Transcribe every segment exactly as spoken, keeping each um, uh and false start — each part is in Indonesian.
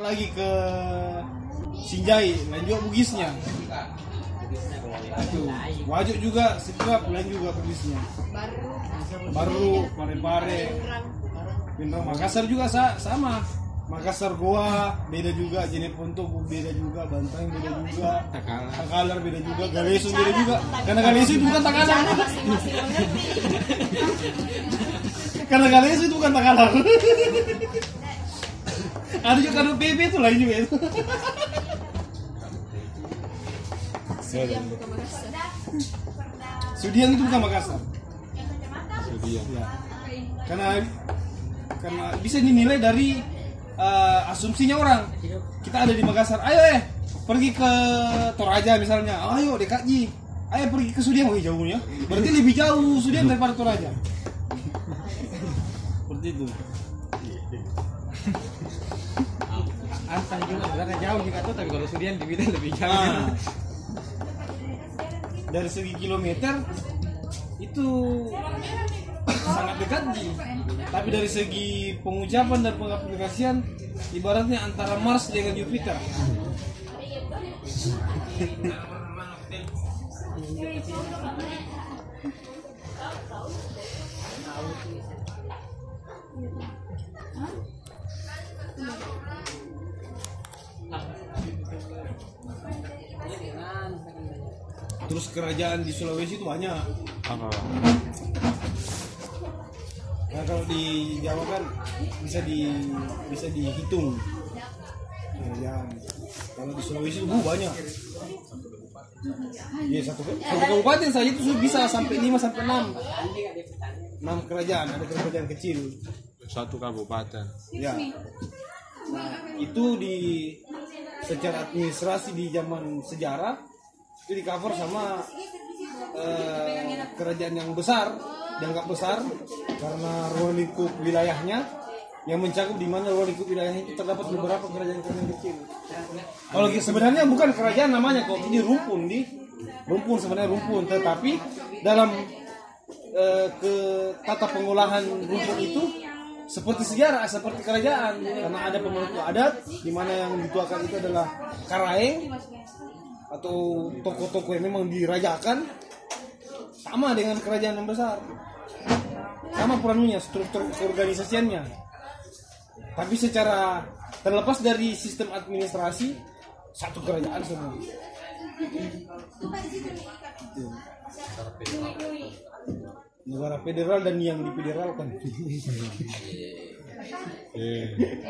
lagi ke Sinjai, lain juga Bugisnya. Itu Wajuk juga setiap lain juga Bugisnya. Baru Pare-Pare. Pinrang Makassar juga sa sama. Makassar Goa beda juga, Jeneponto beda juga, Banteng beda juga, Takalar beda juga, Galeso beda juga. Karena Galeso itu bukan Takalar. Karena Galeso itu bukan Takalar. Ada juga Kado P B itu lain juga itu. Sudiang bukan Makassar. Sudiang itu bukan Makassar. Sudiang. Ya. Karena karena bisa dinilai dari uh, asumsinya orang. Kita ada di Makassar, ayo eh pergi ke Toraja misalnya, ayo D K J, ayo pergi ke Sudiang, wih jauhnya, berarti lebih jauh Sudiang daripada Toraja. Seperti itu. Antang juga sebenarnya jauh juga tuh, tapi kalau Sudiang dibilang lebih jauh. Nah, dari segi kilometer itu sangat dekat Ji. Tapi dari segi pengucapan dan pengaplikasian ibaratnya antara Mars dengan Jupiter. Terus kerajaan di Sulawesi itu banyak. Apa? Nah kalau di Jawa kan bisa di bisa dihitung kerajaan. Kalau di Sulawesi itu banyak. Iya satu, satu kabupaten saja itu bisa sampai lima sampai enam. enam kerajaan, ada kerajaan kecil. Satu kabupaten. Ya. Nah, itu di secara administrasi di zaman sejarah itu di cover sama eh, kerajaan yang besar, dianggap besar karena ruang lingkup wilayahnya yang mencakup di mana ruang lingkup wilayahnya itu terdapat beberapa kerajaan-kerajaan kecil. Kalau sebenarnya bukan kerajaan namanya kok, ini rumpun di rumpun sebenarnya rumpun, tetapi dalam eh, ke tata pengolahan rumpun itu seperti sejarah, seperti kerajaan karena ada pemangku adat di mana yang dituakan itu adalah karaeng atau tokoh-tokoh yang memang dirajakan, sama dengan kerajaan yang besar, sama peranunya, struktur keorganisasiannya. Tapi secara terlepas dari sistem administrasi satu kerajaan semua. Itu. Negara federal dan yang difederalkan. Eh.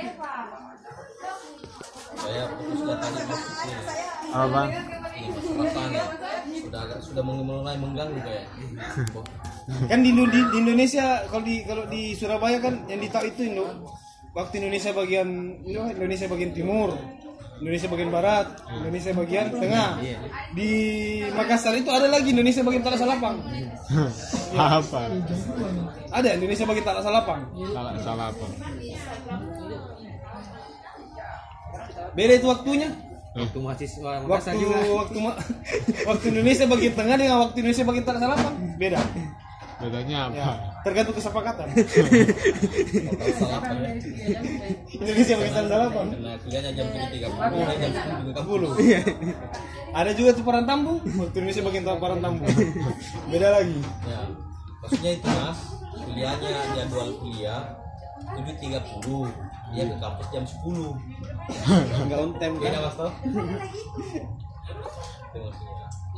Saya fokus tadi masuk ini. Apa? Ini perasaan ya. Sudah agak sudah mulai mengganggu kayak. Kan di, di, di Indonesia kalau di kalau di Surabaya kan yang ditahu itu Indo, waktu Indonesia bagian Indo, Indonesia bagian timur, Indonesia bagian barat, Indonesia bagian tengah. Di Makassar itu ada lagi Indonesia bagian Tanah Salapang. Apa? Ada Indonesia bagian Tanah Salapang. Salah salah apa? Beda itu waktunya. Waktu mahasiswa Makassar Waktu juga. waktu ma- waktu Indonesia bagian tengah dengan waktu Indonesia bagian Tanah Salapang beda. Bedanya apa? Ya, tergantung kesepakatan. Kalau salah apa ya? Indonesia bagian Tanah Salapang. Karena kuliahnya jam tujuh tiga puluh, jam sepuluh tiga puluh. Ada juga tuh Parantambu, waktu Indonesia bagian Parantambu. Beda lagi. Ya, maksudnya itu mas, kuliahnya jadwal kuliah tujuh tiga puluh, dia ke kampus jam sepuluh. Enggak on time Beda kan? mas toh? Itu maksudnya.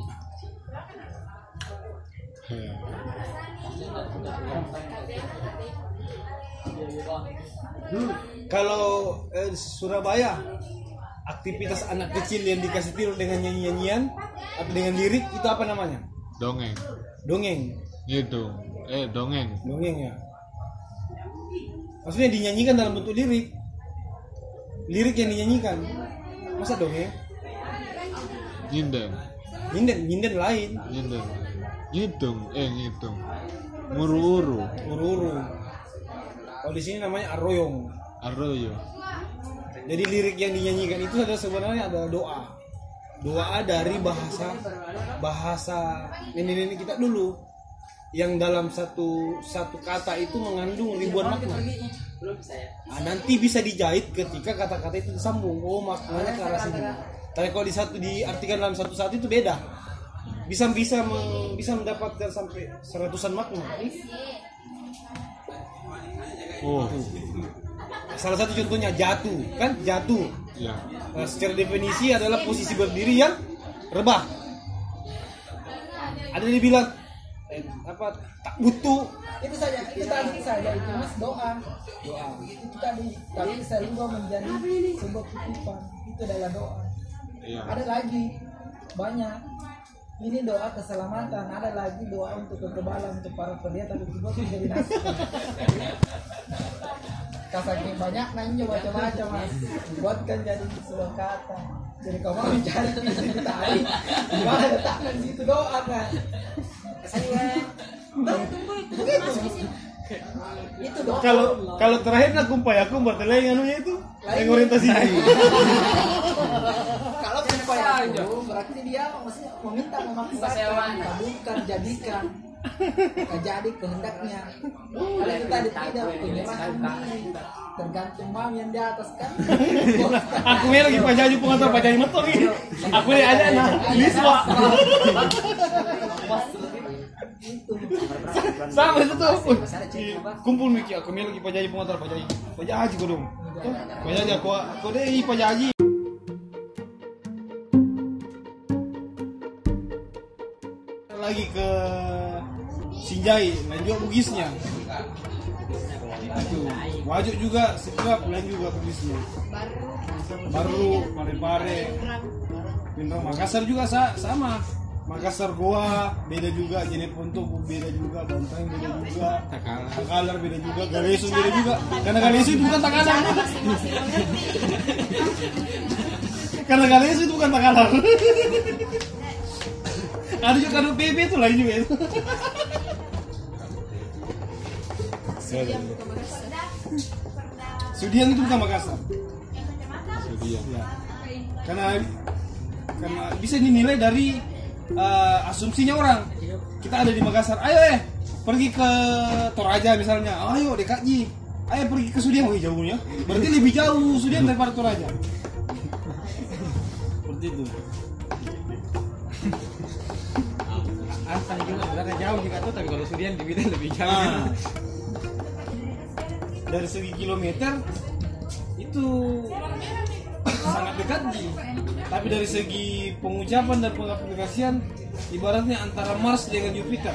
Kalau eh, Surabaya, aktivitas anak kecil yang dikasih tidur dengan nyanyi-nyanyian atau dengan lirik itu apa namanya? Dongeng. Dongeng. Gitu. Eh dongeng. Dongeng ya. Maksudnya dinyanyikan dalam bentuk lirik. Lirik yang dinyanyikan. Masa dongeng? Nyinden. Nyinden, nyinden lain. Nyinden. Ngitung. Eh ngitung. Muru-uru. Uru-uru. Kalau di sini namanya arroyong. Arroyo. Jadi lirik yang dinyanyikan itu adalah sebenarnya adalah doa. Doa dari bahasa bahasa nenek-nenek kita dulu, yang dalam satu satu kata itu mengandung ribuan makna. Nah, nanti bisa dijahit ketika kata-kata itu disambung. Oh, maknanya ke arah sini. Tapi kalau di satu diartikan dalam satu saat itu beda. Bisa bisa meng, bisa mendapatkan sampai seratusan makna. Oh, Salah satu contohnya jatuh, kan jatuh. ya. Nah, secara definisi adalah posisi berdiri yang rebah. Ada yang dibilang eh, apa tak butuh. Itu saja, itu tadi saja itu mas doa, doa. Itu tadi, tapi selalu menjadi sebuah kutipan. Itu adalah doa. Iya. Ada lagi banyak. Ini doa keselamatan, ada lagi doa untuk kekebalan untuk para pria tapi juga menjadi nasi. Saking banyak nanya baca-baca mas, buatkan jadi sebuah kata. Jadi kau mau mencari itu tadi, gimana letakkan di situ doa kan? Saya, begitu. Itu doa. Kalau kalau terakhir nak kumpai aku bertelai anunya itu yang orientasi. Kalau supaya itu berarti dia maksudnya meminta memaksakan, kabulkan, jadikan. Jadi kehendaknya. Kalau kita tidak penyerahan diri, tergantung mam yang di atas kan. Aku ini lagi pajaju pengantar pajaju motor ini. Aku ini ada nah liswa. Itu. Sama itu tuh. Kumpul Miki, aku ini lagi pajaju pengantar pajaju. Pajaju kau dong. Pajaju aku aku deh pajaju. Lagi ke Sinjai, lain juga bugisnya. Itu wajib juga setiap lain juga bugisnya. Baru pare-pare. Pinrang Makassar juga sa sama. Makassar Goa beda juga, Jenet Ponto beda juga, Banteng beda juga, Takalar beda juga, Galeso beda juga. Karena Galeso itu bukan Takalar. Karena Galeso itu bukan Takalar. Ada juga kado P B itu lain juga itu. Sudiang bukan Makassar. Sudiang itu bukan Makassar. Sudiang. Ya. Karena karena bisa dinilai dari uh, asumsinya orang. Kita ada di Makassar. Ayo eh pergi ke Toraja misalnya. Ayo D K J. Ayo pergi ke Sudiang. Oh jauhnya. Berarti lebih jauh Sudiang daripada Toraja. Seperti itu. Asal juga sebenarnya jauh juga tuh, tapi kalau Sudian dibilang lebih jauh. Nah, dari segi kilometer itu sangat dekat Ji. Tapi dari segi pengucapan dan pengaplikasian ibaratnya antara Mars dengan Jupiter.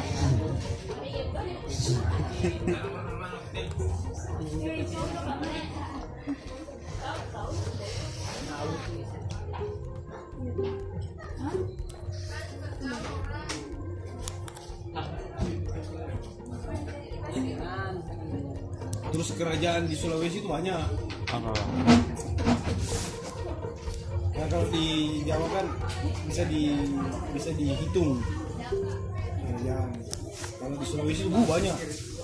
Terus kerajaan di Sulawesi itu banyak. Apa? Nah kalau di Jawa kan bisa di bisa dihitung kerajaan. Kalau di Sulawesi itu uh, banyak.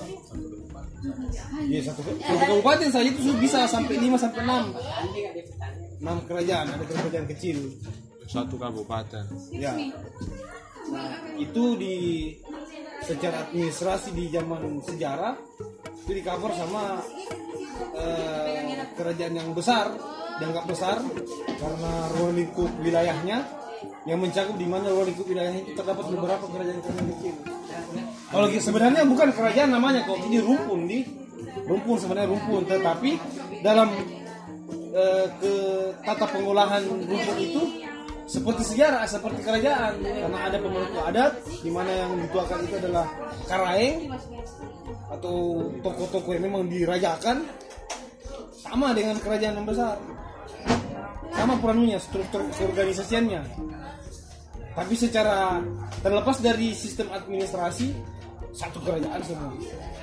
Ya satu, satu kabupaten saja itu bisa sampai lima sampai enam. enam kerajaan, ada kerajaan kecil. Satu kabupaten. Ya. Nah, itu di secara administrasi di zaman sejarah itu di cover sama eh, kerajaan yang besar, dianggap besar karena ruang lingkup wilayahnya yang mencakup di mana ruang lingkup wilayahnya itu terdapat beberapa kerajaan-kerajaan kecil. Kalau sebenarnya bukan kerajaan namanya kok, ini rumpun di rumpun sebenarnya rumpun, tetapi dalam eh, ke tata pengolahan rumpun itu seperti sejarah, seperti kerajaan, karena ada pemeluk adat di mana yang dituakan itu adalah karaeng atau tokoh-tokoh yang memang dirajakan, sama dengan kerajaan yang besar, sama peranunya, struktur keorganisasiannya. Tapi secara terlepas dari sistem administrasi, satu kerajaan semua.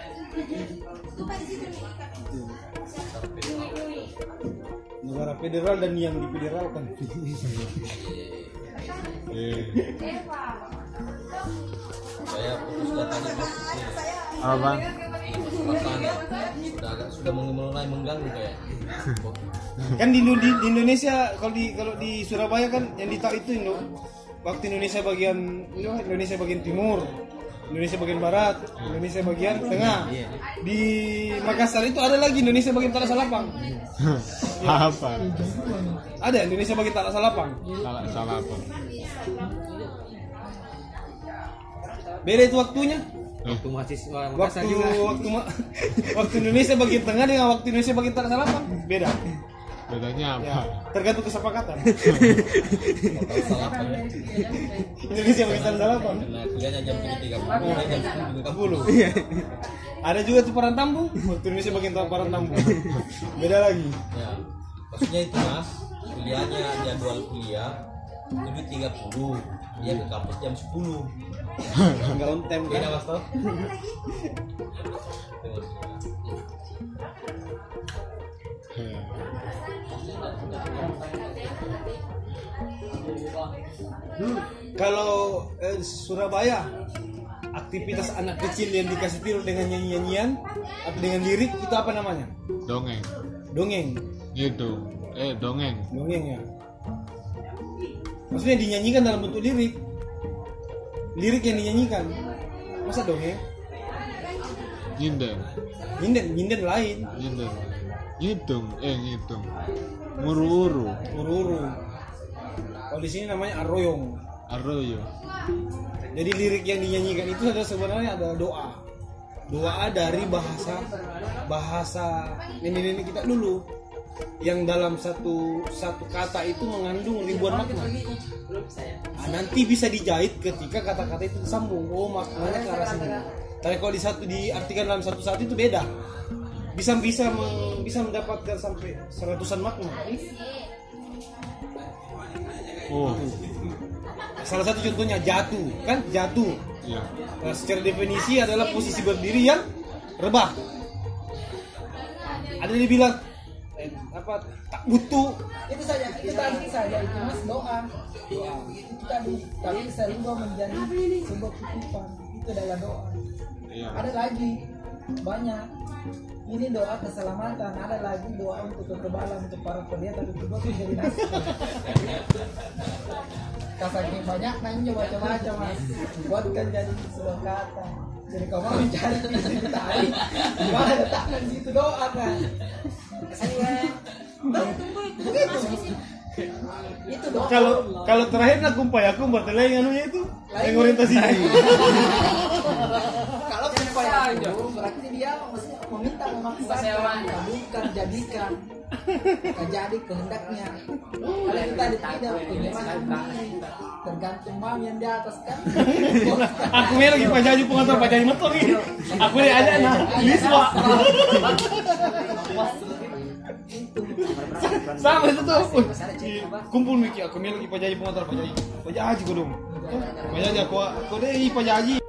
Negara federal dan yang difederalkan. Eh, Saya fokus ke tadi masuk apa bang? makanya sudah agak sudah mulai mengganggu kayak. Kan di, di, di Indonesia kalau di kalau di Surabaya kan yang ditahu itu Indo, waktu Indonesia bagian Indonesia bagian timur, Indonesia bagian barat, Indonesia bagian tengah. Di Makassar itu ada lagi Indonesia bagian Tanah Salapang. Apa? Ada Indonesia bagian Tanah Salapang. Salah salah apa? Beda itu waktunya. Waktu mahasiswa Waktu Makassar juga. waktu ma- waktu Indonesia bagian tengah dengan waktu Indonesia bagian Tanah Salapang beda. Bedanya apa? Ya, tergantung kesepakatan. Tahu salah apa ya? Indonesia bagian Tanah Salapang. Karena kuliahnya jam tujuh tiga puluh, jam sepuluh tiga puluh. Ada juga tuh Parantambung, waktu Indonesia bagian Parantambung. Beda lagi. Ya, maksudnya itu mas, kuliahnya jadwal kuliah tujuh tiga puluh, dia ke kampus jam sepuluh. Enggak on time Beda kan? mas toh? Kalau eh, Surabaya, aktivitas anak kecil yang dikasih tidur dengan nyanyi-nyanyian atau dengan lirik itu apa namanya? Dongeng. Dongeng. Itu. Eh dongeng. Dongeng ya. Maksudnya dinyanyikan dalam bentuk lirik. Lirik yang dinyanyikan. Masa dongeng? Nyinden. Nyinden, nyinden lain. Nyinden. Ngitung. Eh ngitung. Muru-uru. Uru-uru. Kalau di sini namanya aroyong. Arroyo. Jadi lirik yang dinyanyikan itu adalah sebenarnya adalah doa. Doa dari bahasa bahasa nenek-nenek kita dulu. Yang dalam satu satu kata itu mengandung ribuan makna. Nah, nanti bisa dijahit ketika kata-kata itu disambung. Oh, maknanya ke arah sini. Tapi kalau di satu diartikan dalam satu saat itu beda. Bisa bisa meng- bisa mendapatkan sampai seratusan makna. Oh. Salah satu contohnya jatuh, kan jatuh. Ya. Nah, secara definisi adalah posisi berdiri yang rebah. Ada yang bilang eh, apa tak butuh. Itu saja, itu tadi saja itu mas doa. Doa. Itu tadi, tapi bisa juga menjadi sebuah kutipan. Itu adalah doa. Iya. Ada lagi banyak. Ini doa keselamatan, ada lagi doa untuk kekebalan untuk para pria tapi juga menjadi nasi. Saking banyak nanya coba-coba aja mas, buatkan jadi sebuah kata. Jadi kau mau mencari istri tadi, gimana letakkan situ doa kan? Sayang, begitu. Itu doa. Kalau kalau terakhir nak kumpai aku bertelai yang anunya itu yang orientasi. Kalau supaya itu berarti dia maksudnya meminta memaksakan, kabulkan, jadikan, jadi kehendaknya. Kalau kita tidak bagaimana tergantung mam yang di atas kan. Aku ini lagi pajaju pengantar pajaju motor ini. Aku ini ada nah liswa. Sama itu tuh. Kumpul Miki, aku ini lagi pajaju pengantar pajaju. Pajaju kau dong. Pajaju aku aku deh pajaju.